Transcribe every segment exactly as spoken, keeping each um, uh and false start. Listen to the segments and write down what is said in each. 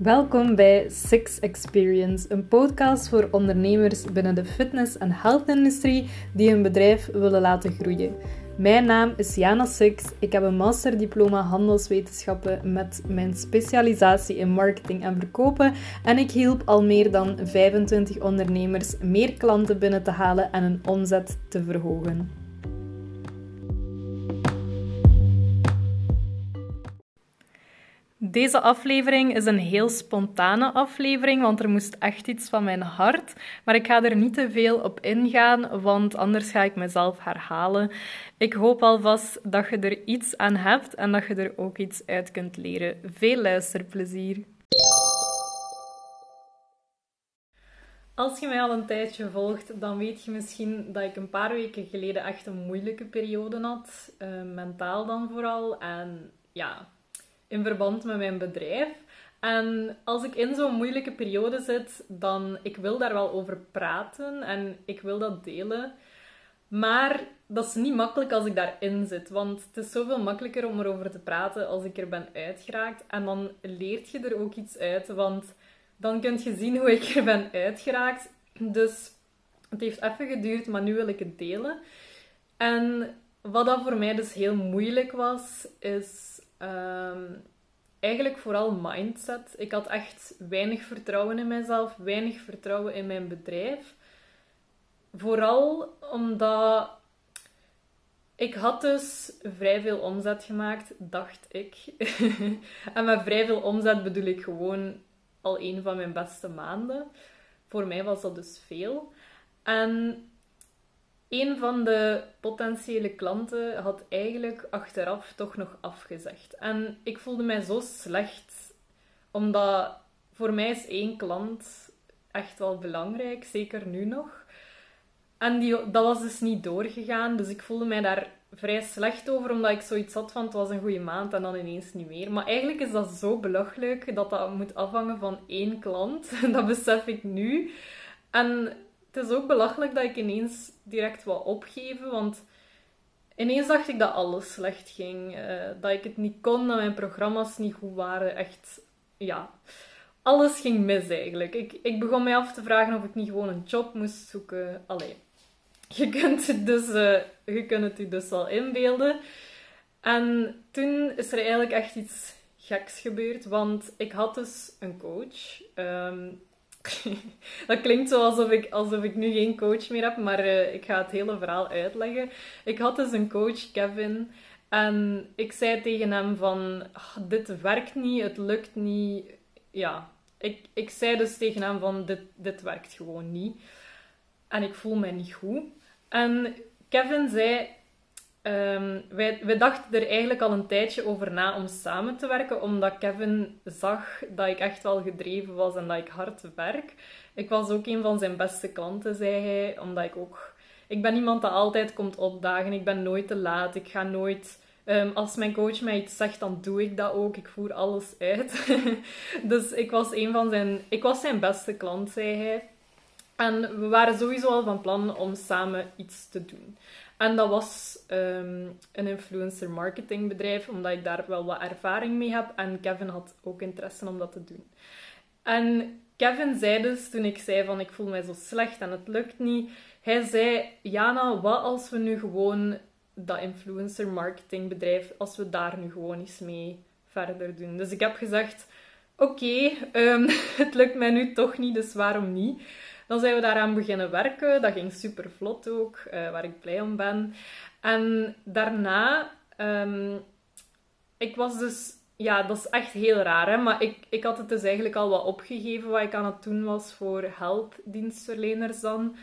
Welkom bij Six Experience, een podcast voor ondernemers binnen de fitness- en health-industrie die hun bedrijf willen laten groeien. Mijn naam is Jana Six, ik heb een masterdiploma handelswetenschappen met mijn specialisatie in marketing en verkopen en ik hielp al meer dan vijfentwintig ondernemers meer klanten binnen te halen en hun omzet te verhogen. Deze aflevering is een heel spontane aflevering, want er moest echt iets van mijn hart. Maar ik ga er niet te veel op ingaan, want anders ga ik mezelf herhalen. Ik hoop alvast dat je er iets aan hebt en dat je er ook iets uit kunt leren. Veel luisterplezier! Als je mij al een tijdje volgt, dan weet je misschien dat ik een paar weken geleden echt een moeilijke periode had. Uh, mentaal dan vooral. En ja... in verband met mijn bedrijf. En als ik in zo'n moeilijke periode zit, dan ik wil daar wel over praten en ik wil dat delen. Maar dat is niet makkelijk als ik daarin zit, want het is zoveel makkelijker om erover te praten als ik er ben uitgeraakt. En dan leert je er ook iets uit, want dan kun je zien hoe ik er ben uitgeraakt. Dus het heeft even geduurd, maar nu wil ik het delen. En wat dat voor mij dus heel moeilijk was, is... Um, eigenlijk vooral mindset. Ik had echt weinig vertrouwen in mezelf, weinig vertrouwen in mijn bedrijf. Vooral omdat ik had dus vrij veel omzet gemaakt, dacht ik. En met vrij veel omzet bedoel ik gewoon al een van mijn beste maanden. Voor mij was dat dus veel. En... een van de potentiële klanten had eigenlijk achteraf toch nog afgezegd. En ik voelde mij zo slecht, omdat voor mij is één klant echt wel belangrijk, zeker nu nog. En die, dat was dus niet doorgegaan, dus ik voelde mij daar vrij slecht over, omdat ik zoiets had van het was een goede maand en dan ineens niet meer. Maar eigenlijk is dat zo belachelijk dat dat moet afhangen van één klant. Dat besef ik nu. En... het is ook belachelijk dat ik ineens direct wou opgeven, want ineens dacht ik dat alles slecht ging. Uh, dat ik het niet kon, dat mijn programma's niet goed waren. Echt, ja, alles ging mis eigenlijk. Ik, ik begon mij af te vragen of ik niet gewoon een job moest zoeken. Allee, je kunt het dus, uh, je kunt het je dus wel inbeelden. En toen is er eigenlijk echt iets geks gebeurd, want ik had dus een coach... Um, dat klinkt zo alsof ik, alsof ik nu geen coach meer heb, maar uh, ik ga het hele verhaal uitleggen. Ik had dus een coach, Kevin, en ik zei tegen hem van, oh, dit werkt niet, het lukt niet. Ja, ik, ik zei dus tegen hem van, dit, dit werkt gewoon niet. En ik voel mij niet goed. En Kevin zei... Um, wij, wij dachten er eigenlijk al een tijdje over na om samen te werken, omdat Kevin zag dat ik echt wel gedreven was en dat ik hard werk. Ik was ook een van zijn beste klanten, zei hij, omdat ik ook... ik ben iemand dat altijd komt opdagen, ik ben nooit te laat, ik ga nooit... Um, als mijn coach mij iets zegt, dan doe ik dat ook, ik voer alles uit. Dus ik was, een van zijn, ik was zijn beste klant, zei hij. En we waren sowieso al van plan om samen iets te doen. En dat was um, een influencer marketingbedrijf, omdat ik daar wel wat ervaring mee heb. En Kevin had ook interesse om dat te doen. En Kevin zei dus, toen ik zei van ik voel mij zo slecht en het lukt niet. Hij zei, Jana, wat als we nu gewoon dat influencer marketingbedrijf, als we daar nu gewoon eens mee verder doen. Dus ik heb gezegd, oké, okay, um, het lukt mij nu toch niet, dus waarom niet? Dan zijn we daaraan beginnen werken. Dat ging super vlot ook, uh, waar ik blij om ben. En daarna... Um, ik was dus... ja, dat is echt heel raar, hè. Maar ik, ik had het dus eigenlijk al wat opgegeven wat ik aan het doen was voor helpdienstverleners dan.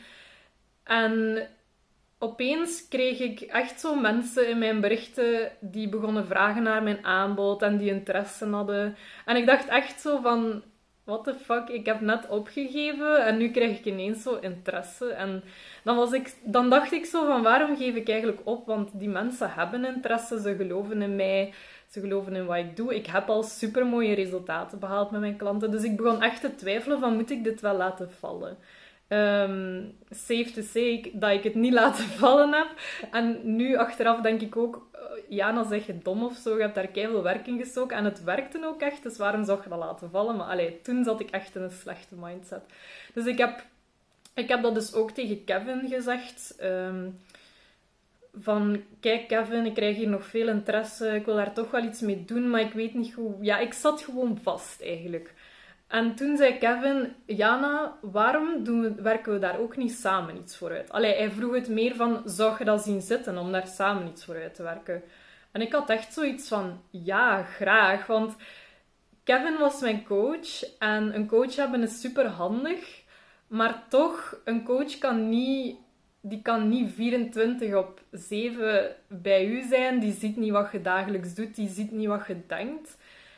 En opeens kreeg ik echt zo mensen in mijn berichten die begonnen vragen naar mijn aanbod en die interesse hadden. En ik dacht echt zo van... what the fuck, ik heb net opgegeven en nu krijg ik ineens zo interesse. En dan, was ik, dan dacht ik zo van, waarom geef ik eigenlijk op? Want die mensen hebben interesse, ze geloven in mij, ze geloven in wat ik doe. Ik heb al supermooie resultaten behaald met mijn klanten. Dus ik begon echt te twijfelen van, moet ik dit wel laten vallen? Um, safe to say dat ik het niet laten vallen heb. En nu achteraf denk ik ook, Jana, zeg je dom of zo, je hebt daar keiveel werk in gestoken. En het werkte ook echt, dus waarom zou je dat laten vallen? Maar allee, toen zat ik echt in een slechte mindset. Dus ik heb, ik heb dat dus ook tegen Kevin gezegd. Um, van, kijk Kevin, ik krijg hier nog veel interesse, ik wil daar toch wel iets mee doen, maar ik weet niet hoe... Ja, ik zat gewoon vast eigenlijk. En toen zei Kevin, Jana, waarom doen we, werken we daar ook niet samen iets voor uit? Allee, hij vroeg het meer van, zou je dat zien zitten om daar samen iets voor uit te werken? En ik had echt zoiets van, ja, graag. Want Kevin was mijn coach en een coach hebben is super handig. Maar toch, een coach kan niet, die kan niet vierentwintig op zeven bij u zijn. Die ziet niet wat je dagelijks doet, die ziet niet wat je denkt.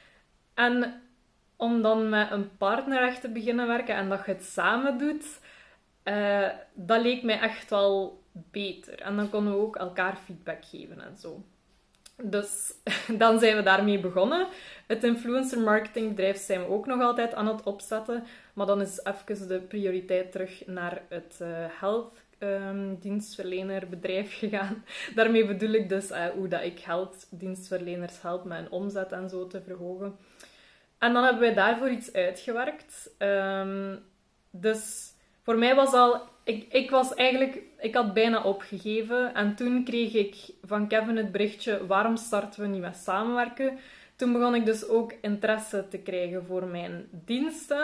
En om dan met een partner echt te beginnen werken en dat je het samen doet, uh, dat leek mij echt wel beter. En dan konden we ook elkaar feedback geven en zo. Dus dan zijn we daarmee begonnen. Het influencer marketingbedrijf zijn we ook nog altijd aan het opzetten. Maar dan is even de prioriteit terug naar het uh, health um, dienstverlenerbedrijf gegaan. Daarmee bedoel ik dus uh, hoe dat ik health dienstverleners help met hun omzet en zo te verhogen. En dan hebben wij daarvoor iets uitgewerkt. Um, dus voor mij was al... Ik, ik was eigenlijk... Ik had bijna opgegeven. En toen kreeg ik van Kevin het berichtje, waarom starten we niet met samenwerken? Toen begon ik dus ook interesse te krijgen voor mijn diensten.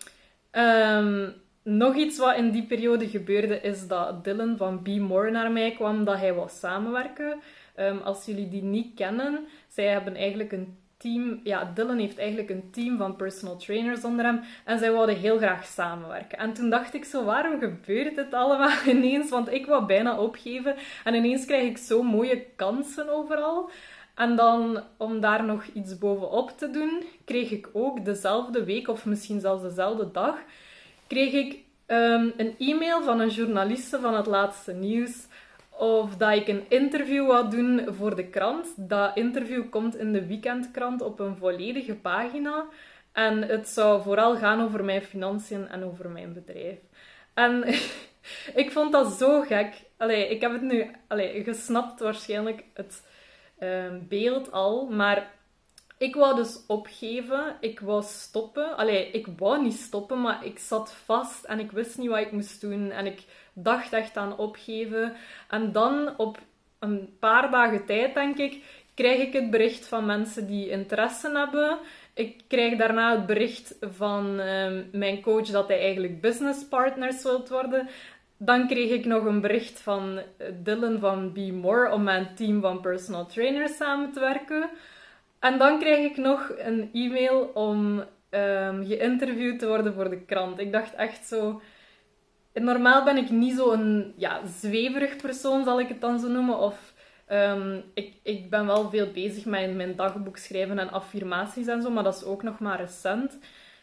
Um, nog iets wat in die periode gebeurde, is dat Dylan van Be More naar mij kwam, dat hij wou samenwerken. Um, als jullie die niet kennen, zij hebben eigenlijk een team... Ja, Dylan heeft eigenlijk een team van personal trainers onder hem. En zij wouden heel graag samenwerken. En toen dacht ik zo, waarom gebeurt dit allemaal ineens? Want ik wou bijna opgeven. En ineens krijg ik zo mooie kansen overal. En dan, om daar nog iets bovenop te doen, kreeg ik ook dezelfde week, of misschien zelfs dezelfde dag, kreeg ik um, een e-mail van een journaliste van Het Laatste Nieuws of dat ik een interview wou doen voor de krant. Dat interview komt in de weekendkrant op een volledige pagina. En het zou vooral gaan over mijn financiën en over mijn bedrijf. En ik vond dat zo gek. Allee, ik heb het nu allee, gesnapt waarschijnlijk, het uh, beeld al. Maar ik wou dus opgeven. Ik wou stoppen. Allee, ik wou niet stoppen, maar ik zat vast en ik wist niet wat ik moest doen. En ik dacht echt aan opgeven. En dan, op een paar dagen tijd, denk ik, krijg ik het bericht van mensen die interesse hebben. Ik krijg daarna het bericht van um, mijn coach dat hij eigenlijk businesspartners wilt worden. Dan kreeg ik nog een bericht van Dylan van Be More om met een team van personal trainers samen te werken. En dan kreeg ik nog een e-mail om um, geïnterviewd te worden voor de krant. Ik dacht echt zo... Normaal ben ik niet zo'n ja, zweverig persoon, zal ik het dan zo noemen. Of um, ik, ik ben wel veel bezig met mijn dagboek schrijven en affirmaties en zo, maar dat is ook nog maar recent.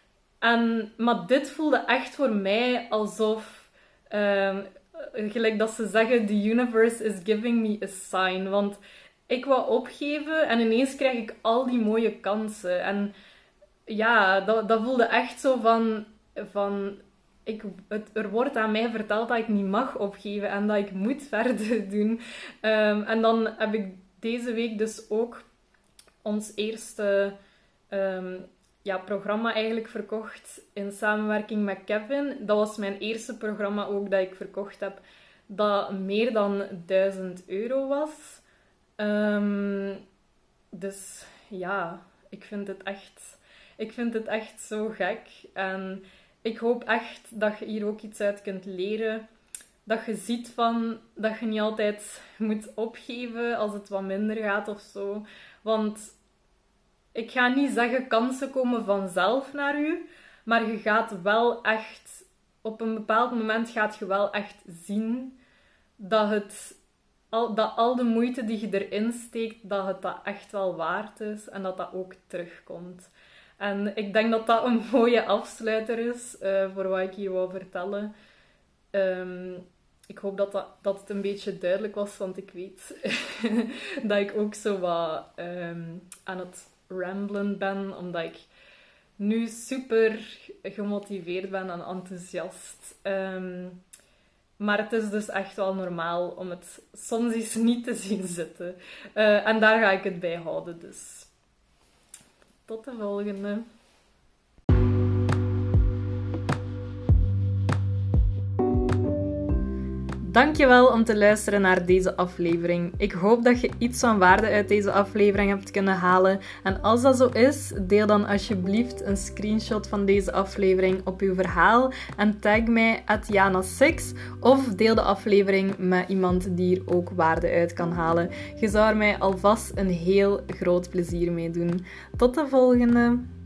En, maar dit voelde echt voor mij alsof... Um, gelijk dat ze zeggen, the universe is giving me a sign. Want ik wou opgeven en ineens krijg ik al die mooie kansen. En ja, dat, dat voelde echt zo van... van ik, het, er wordt aan mij verteld dat ik niet mag opgeven en dat ik moet verder doen. Um, en dan heb ik deze week dus ook ons eerste um, ja, programma eigenlijk verkocht in samenwerking met Kevin. Dat was mijn eerste programma ook dat ik verkocht heb, dat meer dan duizend euro was. Um, dus ja, ik vind het echt, ik vind het echt zo gek. En ik hoop echt dat je hier ook iets uit kunt leren. Dat je ziet van, dat je niet altijd moet opgeven als het wat minder gaat of zo. Want ik ga niet zeggen kansen komen vanzelf naar u. Maar je gaat wel echt, op een bepaald moment gaat je wel echt zien dat het... Al, dat al de moeite die je erin steekt, dat het dat echt wel waard is. En dat dat ook terugkomt. En ik denk dat dat een mooie afsluiter is uh, voor wat ik hier wou vertellen. Um, ik hoop dat, dat, dat het een beetje duidelijk was, want ik weet dat ik ook zo wat um, aan het ramblen ben, omdat ik nu super gemotiveerd ben en enthousiast. Um, Maar het is dus echt wel normaal om het soms eens niet te zien zitten. Uh, en daar ga ik het bij houden. Dus tot de volgende. Dankjewel om te luisteren naar deze aflevering. Ik hoop dat je iets van waarde uit deze aflevering hebt kunnen halen. En als dat zo is, deel dan alsjeblieft een screenshot van deze aflevering op uw verhaal en tag mij at jana six of deel de aflevering met iemand die er ook waarde uit kan halen. Je zou er mij alvast een heel groot plezier mee doen. Tot de volgende!